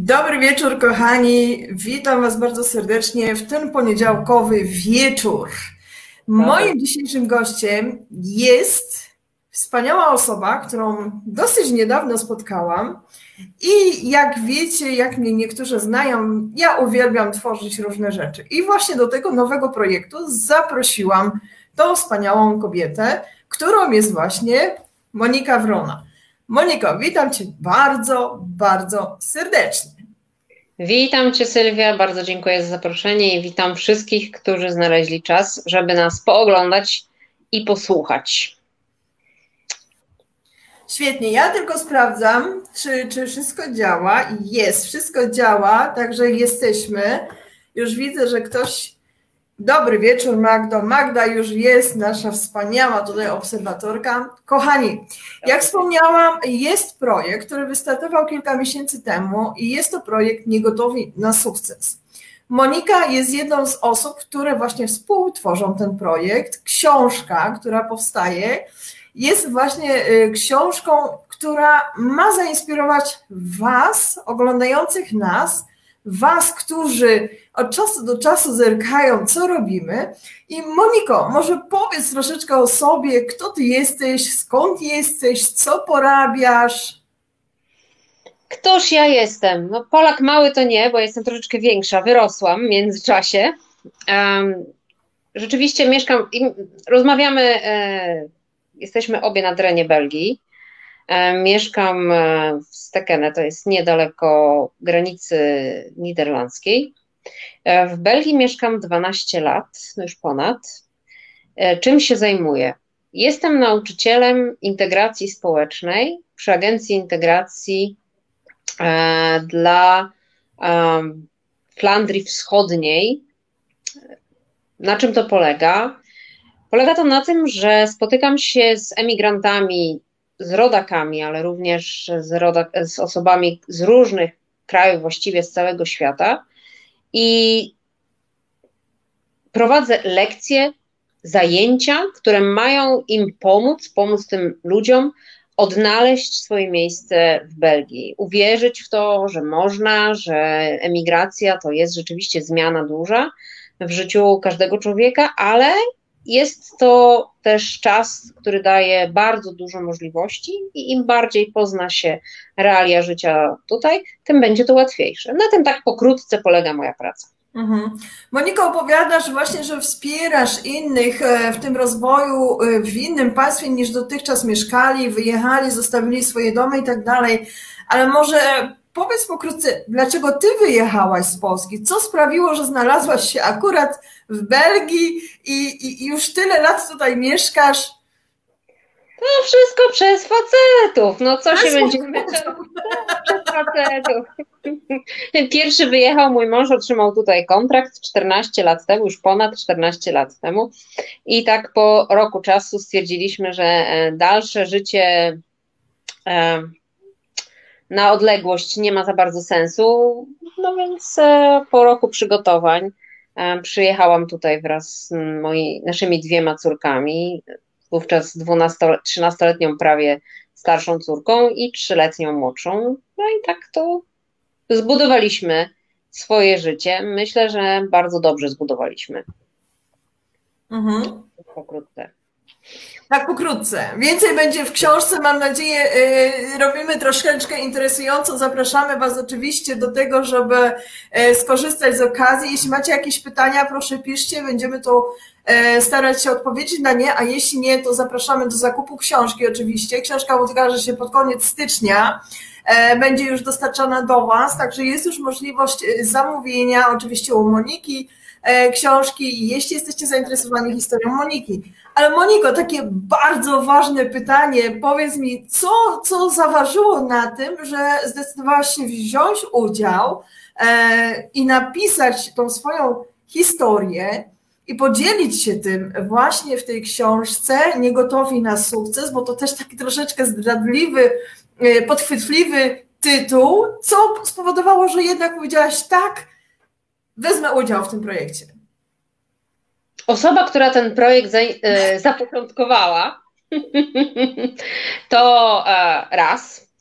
Dobry wieczór, kochani. Witam Was bardzo serdecznie w ten poniedziałkowy wieczór. Moim dzisiejszym gościem jest wspaniała osoba, którą dosyć niedawno spotkałam. I jak wiecie, jak mnie niektórzy znają, ja uwielbiam tworzyć różne rzeczy. I właśnie do tego nowego projektu zaprosiłam tą wspaniałą kobietę, którą jest właśnie Monika Wrona. Moniko, witam Cię bardzo, bardzo serdecznie. Witam Cię, Sylwia, bardzo dziękuję za zaproszenie i witam wszystkich, którzy znaleźli czas, żeby nas pooglądać i posłuchać. Świetnie, ja tylko sprawdzam, czy wszystko działa. Jest, wszystko działa, także jesteśmy. Już widzę, że ktoś... Dobry wieczór, Magdo. Magda już jest, nasza wspaniała tutaj obserwatorka. Kochani, jak wspomniałam, jest projekt, który wystartował kilka miesięcy temu i jest to projekt Niegotowi na sukces. Monika jest jedną z osób, które właśnie współtworzą ten projekt. Książka, która powstaje, jest właśnie książką, która ma zainspirować Was, oglądających nas, Was, którzy od czasu do czasu zerkają, co robimy. I Moniko, może powiedz troszeczkę o sobie, kto Ty jesteś, skąd jesteś, co porabiasz? Któż ja jestem? No, Polak mały to nie, bo jestem troszeczkę większa, wyrosłam w międzyczasie. Rzeczywiście mieszkam, rozmawiamy, jesteśmy obie na terenie Belgii. Mieszkam w Stekene, to jest niedaleko granicy niderlandzkiej. W Belgii mieszkam 12 lat, no już ponad. Czym się zajmuję? Jestem nauczycielem integracji społecznej przy Agencji Integracji dla Flandrii Wschodniej. Na czym to polega? Polega to na tym, że spotykam się z emigrantami, z rodakami, ale również z osobami z różnych krajów, właściwie z całego świata i prowadzę lekcje, zajęcia, które mają im pomóc tym ludziom odnaleźć swoje miejsce w Belgii, uwierzyć w to, że można, że emigracja to jest rzeczywiście zmiana duża w życiu każdego człowieka, ale jest to też czas, który daje bardzo dużo możliwości i im bardziej pozna się realia życia tutaj, tym będzie to łatwiejsze. Na tym tak pokrótce polega moja praca. Moniko, opowiadasz właśnie, że wspierasz innych w tym rozwoju w innym państwie niż dotychczas mieszkali, wyjechali, zostawili swoje domy i tak dalej, ale może powiedz pokrótce, dlaczego Ty wyjechałaś z Polski? Co sprawiło, że znalazłaś się akurat w Belgii i już tyle lat tutaj mieszkasz? No wszystko przez facetów, no co się będziemy... Przez facetów. Pierwszy wyjechał mój mąż, otrzymał tutaj kontrakt 14 lat temu, już ponad 14 lat temu i tak po roku czasu stwierdziliśmy, że dalsze życie na odległość nie ma za bardzo sensu, no więc po roku przygotowań przyjechałam tutaj wraz z naszymi dwiema córkami, wówczas 13-letnią prawie starszą córką i 3-letnią młodszą. No i tak to zbudowaliśmy swoje życie. Myślę, że bardzo dobrze zbudowaliśmy. Pokrótce. Tak, pokrótce. Więcej będzie w książce, mam nadzieję. Robimy troszeczkę interesująco. Zapraszamy Was oczywiście do tego, żeby skorzystać z okazji. Jeśli macie jakieś pytania, proszę piszcie. Będziemy tu starać się odpowiedzieć na nie, a jeśli nie, to zapraszamy do zakupu książki oczywiście. Książka ukaże się pod koniec stycznia. Będzie już dostarczana do Was, także jest już możliwość zamówienia oczywiście u Moniki książki, jeśli jesteście zainteresowani historią Moniki. Ale Moniko, takie bardzo ważne pytanie, powiedz mi, co zaważyło na tym, że zdecydowałaś się wziąć udział i napisać tą swoją historię i podzielić się tym właśnie w tej książce Niegotowi na sukces, bo to też taki troszeczkę zdradliwy, podchwytliwy tytuł, co spowodowało, że jednak powiedziałaś tak, wezmę udział w tym projekcie. Osoba, która ten projekt zapoczątkowała, to raz.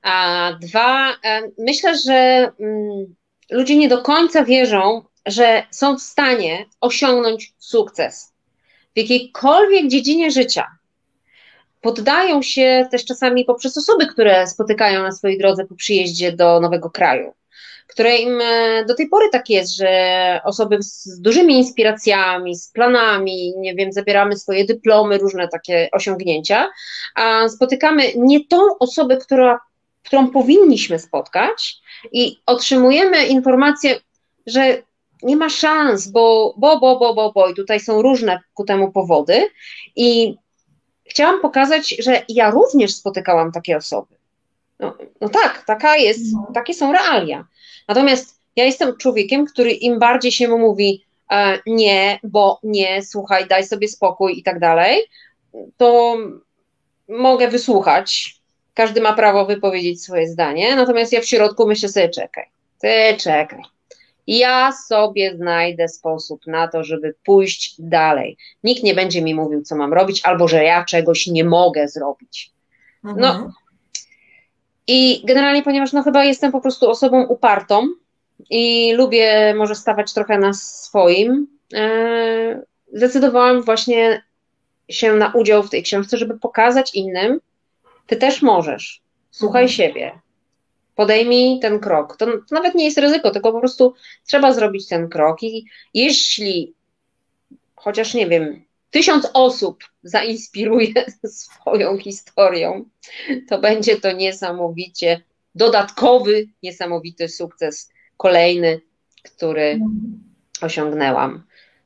A dwa, myślę, że ludzie nie do końca wierzą, że są w stanie osiągnąć sukces w jakiejkolwiek dziedzinie życia. Poddają się też czasami poprzez osoby, które spotykają na swojej drodze po przyjeździe do nowego kraju, które im do tej pory tak jest, że osoby z dużymi inspiracjami, z planami, nie wiem, zabieramy swoje dyplomy, różne takie osiągnięcia, a spotykamy nie tą osobę, którą powinniśmy spotkać i otrzymujemy informację, że nie ma szans, bo i tutaj są różne ku temu powody i chciałam pokazać, że ja również spotykałam takie osoby. No tak, takie są realia. Natomiast ja jestem człowiekiem, który im bardziej się mu mówi nie, bo nie, słuchaj, daj sobie spokój i tak dalej, to mogę wysłuchać. Każdy ma prawo wypowiedzieć swoje zdanie, natomiast ja w środku myślę sobie, czekaj. Ja sobie znajdę sposób na to, żeby pójść dalej. Nikt nie będzie mi mówił, co mam robić, albo że ja czegoś nie mogę zrobić. No i generalnie, ponieważ chyba jestem po prostu osobą upartą i lubię może stawać trochę na swoim, zdecydowałam właśnie się na udział w tej książce, żeby pokazać innym, ty też możesz, słuchaj siebie, podejmij ten krok. To nawet nie jest ryzyko, tylko po prostu trzeba zrobić ten krok i jeśli chociaż, nie wiem, 1000 osób zainspiruje swoją historią, to będzie to niesamowicie dodatkowy, niesamowity sukces, kolejny, który osiągnęłam.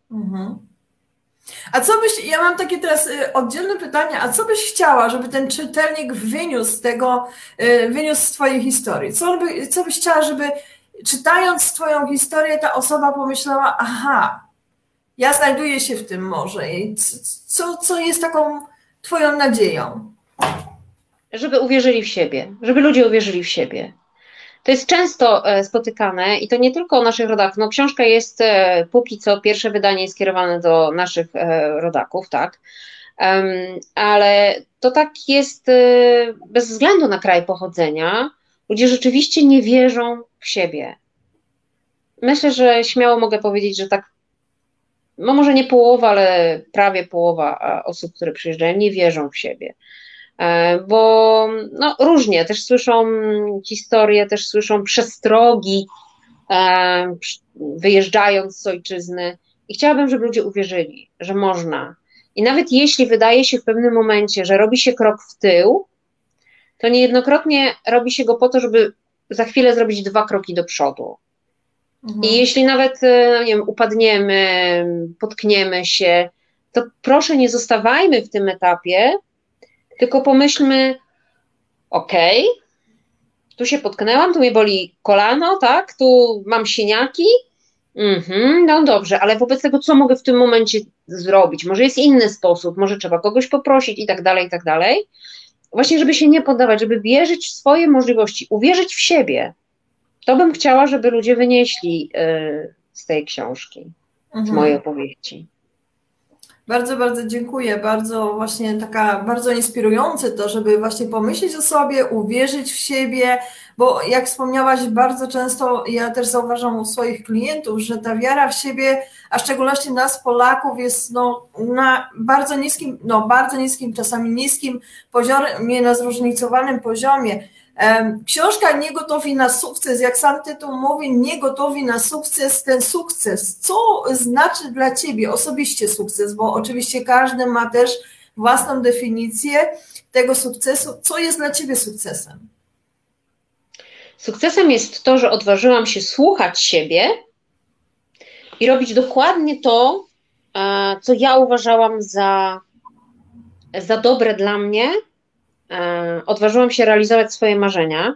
A ja mam takie teraz oddzielne pytanie, a co byś chciała, żeby ten czytelnik wyniósł z twojej historii? Co byś chciała, żeby czytając twoją historię ta osoba pomyślała, aha, ja znajduję się w tym morze i co jest taką twoją nadzieją? Żeby uwierzyli w siebie, żeby ludzie uwierzyli w siebie. To jest często spotykane i to nie tylko o naszych rodaków. No, książka jest póki co, pierwsze wydanie jest skierowane do naszych rodaków, tak, ale to tak jest bez względu na kraj pochodzenia. Ludzie rzeczywiście nie wierzą w siebie. Myślę, że śmiało mogę powiedzieć, że tak, no może nie połowa, ale prawie połowa osób, które przyjeżdżają, nie wierzą w siebie. Bo różnie, też słyszą historie, też słyszą przestrogi, wyjeżdżając z ojczyzny i chciałabym, żeby ludzie uwierzyli, że można. I nawet jeśli wydaje się w pewnym momencie, że robi się krok w tył, to niejednokrotnie robi się go po to, żeby za chwilę zrobić 2 kroki do przodu. I jeśli nawet, nie wiem, upadniemy, potkniemy się, to proszę nie zostawajmy w tym etapie, tylko pomyślmy, okej, tu się potknęłam, tu mnie boli kolano, tak, tu mam siniaki, no dobrze, ale wobec tego co mogę w tym momencie zrobić? Może jest inny sposób, może trzeba kogoś poprosić i tak dalej, i tak dalej. Właśnie, żeby się nie poddawać, żeby wierzyć w swoje możliwości, uwierzyć w siebie. To bym chciała, żeby ludzie wynieśli z tej książki, z mojej opowieści. Bardzo, bardzo dziękuję. Bardzo właśnie bardzo inspirujące to, żeby właśnie pomyśleć o sobie, uwierzyć w siebie, bo jak wspomniałaś, bardzo często ja też zauważam u swoich klientów, że ta wiara w siebie, a w szczególności nas Polaków jest na bardzo niskim, czasami niskim poziomie, na zróżnicowanym poziomie. Książka Nie gotowi na sukces, jak sam tytuł mówi, nie gotowi na sukces, ten sukces. Co znaczy dla ciebie osobiście sukces? Bo oczywiście każdy ma też własną definicję tego sukcesu. Co jest dla ciebie sukcesem? Sukcesem jest to, że odważyłam się słuchać siebie i robić dokładnie to, co ja uważałam za dobre dla mnie. Odważyłam się realizować swoje marzenia,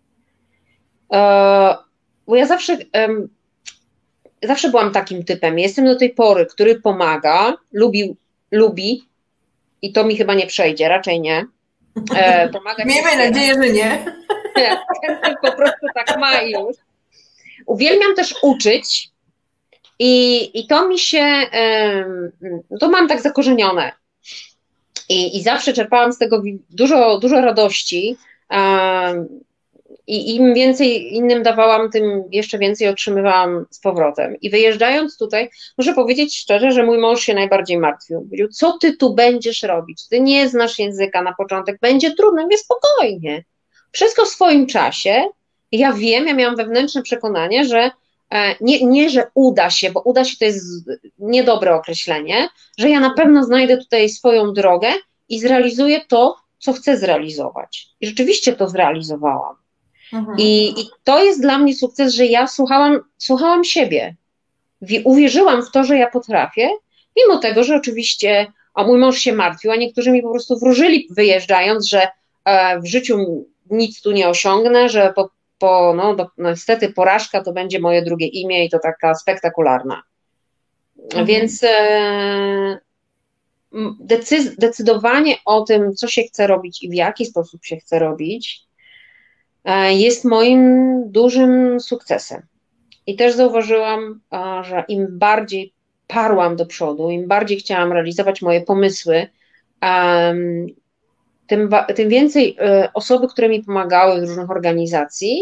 bo ja zawsze byłam takim typem. Jestem do tej pory, który pomaga, lubi i to mi chyba nie przejdzie, raczej nie. Miejmy nadzieję, że nie. Po prostu tak ma i już. Uwielbiam też uczyć i to mi się, to mam tak zakorzenione. I zawsze czerpałam z tego dużo radości. I im więcej innym dawałam, tym jeszcze więcej otrzymywałam z powrotem. I wyjeżdżając tutaj, muszę powiedzieć szczerze, że mój mąż się najbardziej martwił. Mówił, co ty tu będziesz robić? Ty nie znasz języka na początek, będzie trudno. Mówię, spokojnie. Wszystko w swoim czasie. Ja wiem, ja miałam wewnętrzne przekonanie, że nie, że uda się, bo uda się to jest niedobre określenie, że ja na pewno znajdę tutaj swoją drogę i zrealizuję to, co chcę zrealizować. I rzeczywiście to zrealizowałam. I to jest dla mnie sukces, że ja słuchałam siebie. Uwierzyłam w to, że ja potrafię, mimo tego, że oczywiście mój mąż się martwił, a niektórzy mi po prostu wróżyli wyjeżdżając, że w życiu nic tu nie osiągnę, że niestety porażka to będzie moje drugie imię i to taka spektakularna. Więc decydowanie o tym, co się chce robić i w jaki sposób się chce robić, jest moim dużym sukcesem. I też zauważyłam, że im bardziej parłam do przodu, im bardziej chciałam realizować moje pomysły, tym więcej osoby, które mi pomagały z różnych organizacji,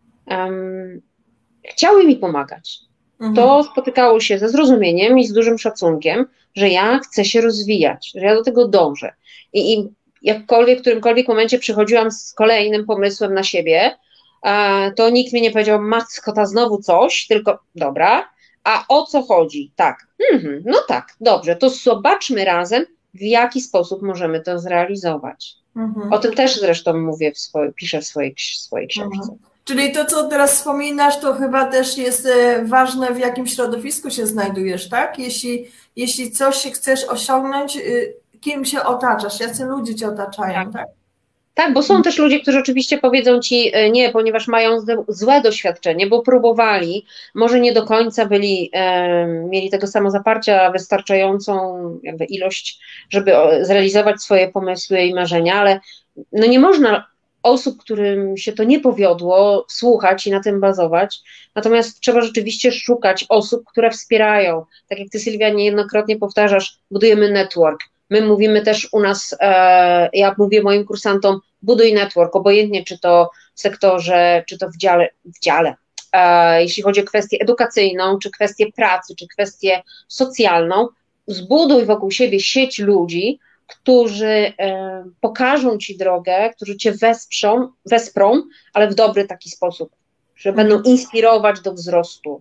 chciały mi pomagać. To spotykało się ze zrozumieniem i z dużym szacunkiem, że ja chcę się rozwijać, że ja do tego dążę. I jakkolwiek, w którymkolwiek momencie przychodziłam z kolejnym pomysłem na siebie, to nikt mi nie powiedział, matko, ta znowu coś, tylko dobra, a o co chodzi? Tak, no tak, dobrze, to zobaczmy razem, w jaki sposób możemy to zrealizować. O tym też zresztą piszę w swojej książce. Czyli to, co teraz wspominasz, to chyba też jest ważne, w jakim środowisku się znajdujesz, tak? Jeśli coś chcesz osiągnąć, kim się otaczasz, jacy ludzie cię otaczają, tak? Tak, bo są też ludzie, którzy oczywiście powiedzą ci nie, ponieważ mają złe doświadczenie, bo próbowali, może nie do końca mieli tego samozaparcia wystarczającą jakby ilość, żeby zrealizować swoje pomysły i marzenia, ale no nie można osób, którym się to nie powiodło, słuchać i na tym bazować, natomiast trzeba rzeczywiście szukać osób, które wspierają. Tak jak ty, Sylwia, niejednokrotnie powtarzasz, budujemy network. My mówimy też u nas, ja mówię moim kursantom, buduj network, obojętnie czy to w sektorze, czy to w dziale. Jeśli chodzi o kwestię edukacyjną, czy kwestię pracy, czy kwestię socjalną, zbuduj wokół siebie sieć ludzi, którzy pokażą ci drogę, którzy cię wesprą, ale w dobry taki sposób, że będą inspirować do wzrostu.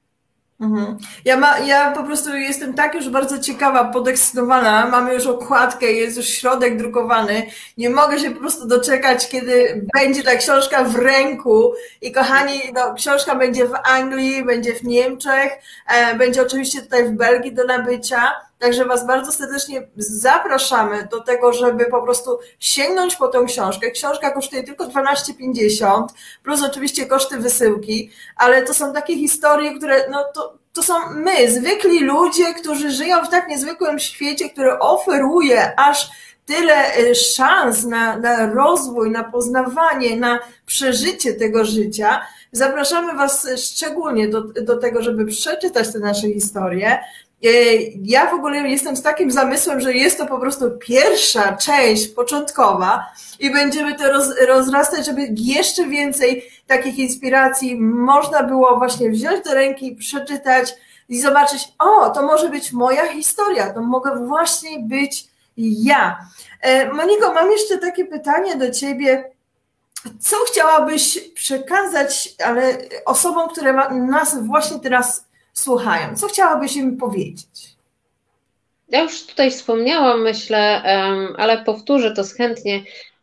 Ja po prostu jestem tak już bardzo ciekawa, podekscytowana, mamy już okładkę, jest już środek drukowany, nie mogę się po prostu doczekać, kiedy będzie ta książka w ręku i kochani, książka będzie w Anglii, będzie w Niemczech, będzie oczywiście tutaj w Belgii do nabycia, także Was bardzo serdecznie zapraszamy do tego, żeby po prostu sięgnąć po tą książkę. Książka kosztuje tylko 12,50, plus oczywiście koszty wysyłki, ale to są takie historie, które to są my, zwykli ludzie, którzy żyją w tak niezwykłym świecie, który oferuje aż tyle szans na rozwój, na poznawanie, na przeżycie tego życia. Zapraszamy Was szczególnie do tego, żeby przeczytać te nasze historie. Ja w ogóle jestem z takim zamysłem, że jest to po prostu pierwsza część początkowa i będziemy to rozrastać, żeby jeszcze więcej takich inspiracji można było właśnie wziąć do ręki, przeczytać i zobaczyć, to może być moja historia, to mogę właśnie być ja. Moniko, mam jeszcze takie pytanie do Ciebie. Co chciałabyś przekazać osobom, które nas właśnie teraz słuchają? Co chciałabyś im powiedzieć? Ja już tutaj wspomniałam, myślę, ale powtórzę to chętnie,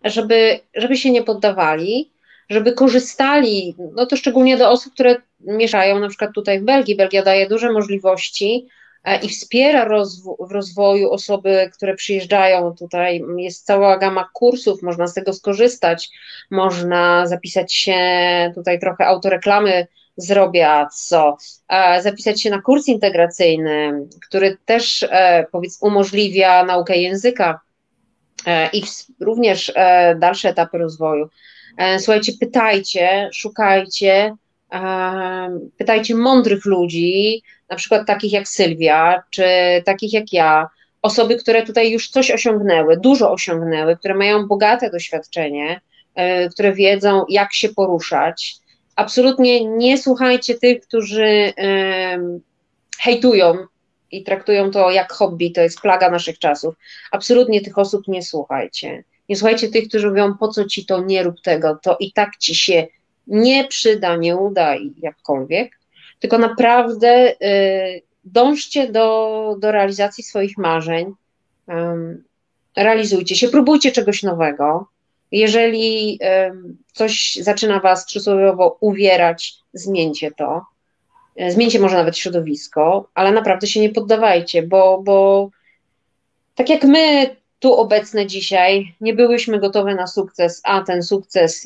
żeby się nie poddawali, żeby korzystali, no to szczególnie do osób, które mieszkają na przykład tutaj w Belgii. Belgia daje duże możliwości i wspiera w rozwoju osoby, które przyjeżdżają tutaj. Jest cała gama kursów, można z tego skorzystać, można zapisać się, tutaj trochę autoreklamy zrobię, zapisać się na kurs integracyjny, który też umożliwia naukę języka i również dalsze etapy rozwoju. Słuchajcie, pytajcie, szukajcie, pytajcie mądrych ludzi, na przykład takich jak Sylwia, czy takich jak ja, osoby, które tutaj już coś osiągnęły, dużo osiągnęły, które mają bogate doświadczenie, które wiedzą, jak się poruszać. Absolutnie nie słuchajcie tych, którzy hejtują i traktują to jak hobby, to jest plaga naszych czasów. Absolutnie tych osób nie słuchajcie. Nie słuchajcie tych, którzy mówią, po co ci to, nie rób tego, to i tak ci się nie przyda, nie uda i jakkolwiek, tylko naprawdę dążcie do realizacji swoich marzeń, realizujcie się, próbujcie czegoś nowego. Jeżeli coś zaczyna was przysłowiowo uwierać, zmieńcie to. Zmieńcie może nawet środowisko, ale naprawdę się nie poddawajcie, bo tak jak my tu obecne dzisiaj nie byłyśmy gotowe na sukces, a ten sukces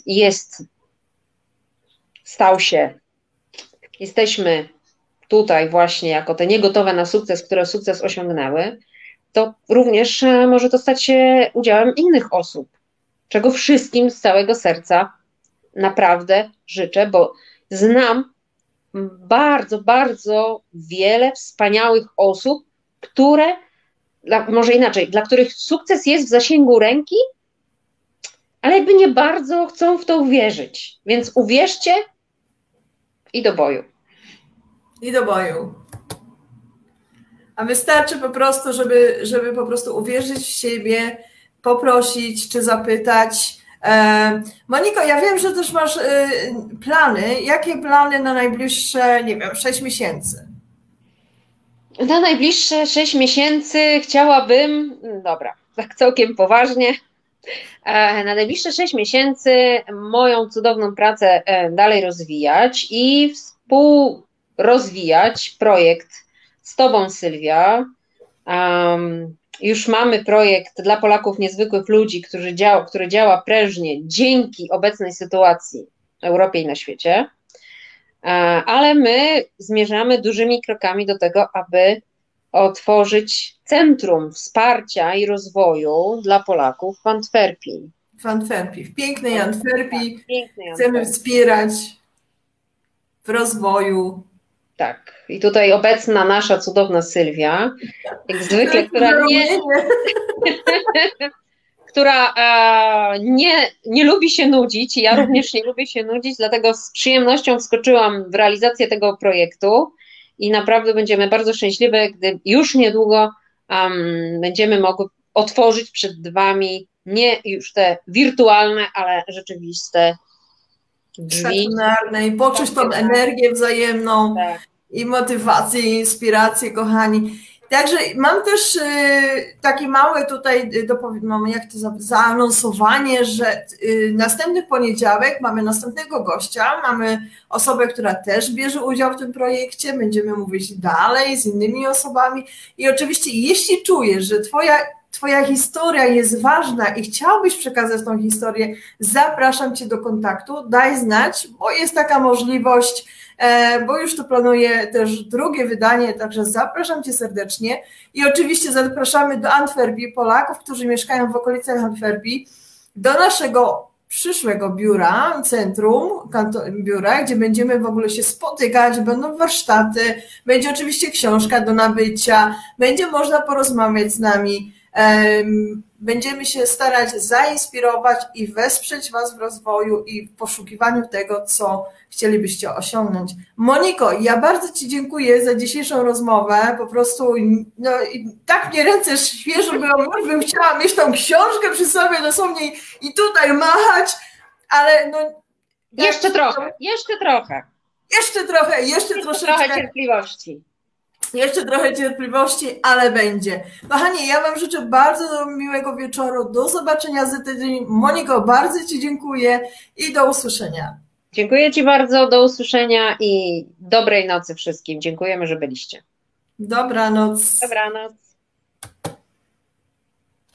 stał się. Jesteśmy tutaj właśnie jako te niegotowe na sukces, które sukces osiągnęły, to również może to stać się udziałem innych osób, czego wszystkim z całego serca naprawdę życzę, bo znam bardzo, bardzo wiele wspaniałych osób, może inaczej, dla których sukces jest w zasięgu ręki, ale jakby nie bardzo chcą w to uwierzyć. Więc uwierzcie i do boju. I do boju. A wystarczy po prostu, żeby po prostu uwierzyć w siebie, poprosić czy zapytać. Moniko, ja wiem, że też masz plany. Jakie plany na najbliższe, nie wiem, 6 miesięcy? Na najbliższe 6 miesięcy chciałabym, dobra, tak całkiem poważnie, na najbliższe 6 miesięcy moją cudowną pracę dalej rozwijać i współrozwijać projekt z Tobą, Sylwia. Już mamy projekt dla Polaków Niezwykłych Ludzi, który działa prężnie dzięki obecnej sytuacji w Europie i na świecie, ale my zmierzamy dużymi krokami do tego, aby otworzyć centrum wsparcia i rozwoju dla Polaków w Antwerpii. W Antwerpii, w pięknej Antwerpii. Chcemy wspierać w rozwoju. Tak. I tutaj obecna nasza cudowna Sylwia, jak zwykle, która nie lubi się nudzić, i ja również nie lubię się nudzić, dlatego z przyjemnością wskoczyłam w realizację tego projektu i naprawdę będziemy bardzo szczęśliwe, gdy już niedługo będziemy mogły otworzyć przed Wami nie już te wirtualne, ale rzeczywiste drzwi. I poczuć tą energię wzajemną, tak. I motywację, i inspirację, kochani. Także mam też takie małe tutaj, jak to zaanonsowanie, że następny poniedziałek mamy następnego gościa, mamy osobę, która też bierze udział w tym projekcie, będziemy mówić dalej z innymi osobami i oczywiście jeśli czujesz, że Twoja historia jest ważna i chciałbyś przekazać tą historię, zapraszam Cię do kontaktu, daj znać, bo jest taka możliwość, bo już tu planuję też drugie wydanie, także zapraszam Cię serdecznie i oczywiście zapraszamy do Antwerpii Polaków, którzy mieszkają w okolicach Antwerpii, do naszego przyszłego biura, centrum, biura, gdzie będziemy w ogóle się spotykać, będą warsztaty, będzie oczywiście książka do nabycia, będzie można porozmawiać z nami. Będziemy się starać zainspirować i wesprzeć Was w rozwoju i w poszukiwaniu tego, co chcielibyście osiągnąć. Moniko, ja bardzo Ci dziękuję za dzisiejszą rozmowę, po prostu tak mnie ręce świeżo było, już bym chciała mieć tą książkę przy sobie dosłownie i tutaj machać, ale Jeszcze trochę. Jeszcze troszeczkę cierpliwości. Jeszcze trochę cierpliwości, ale będzie. Kochani, ja Wam życzę bardzo miłego wieczoru. Do zobaczenia za tydzień. Moniko, bardzo Ci dziękuję i do usłyszenia. Dziękuję Ci bardzo, do usłyszenia i dobrej nocy wszystkim. Dziękujemy, że byliście. Dobranoc. Dobranoc.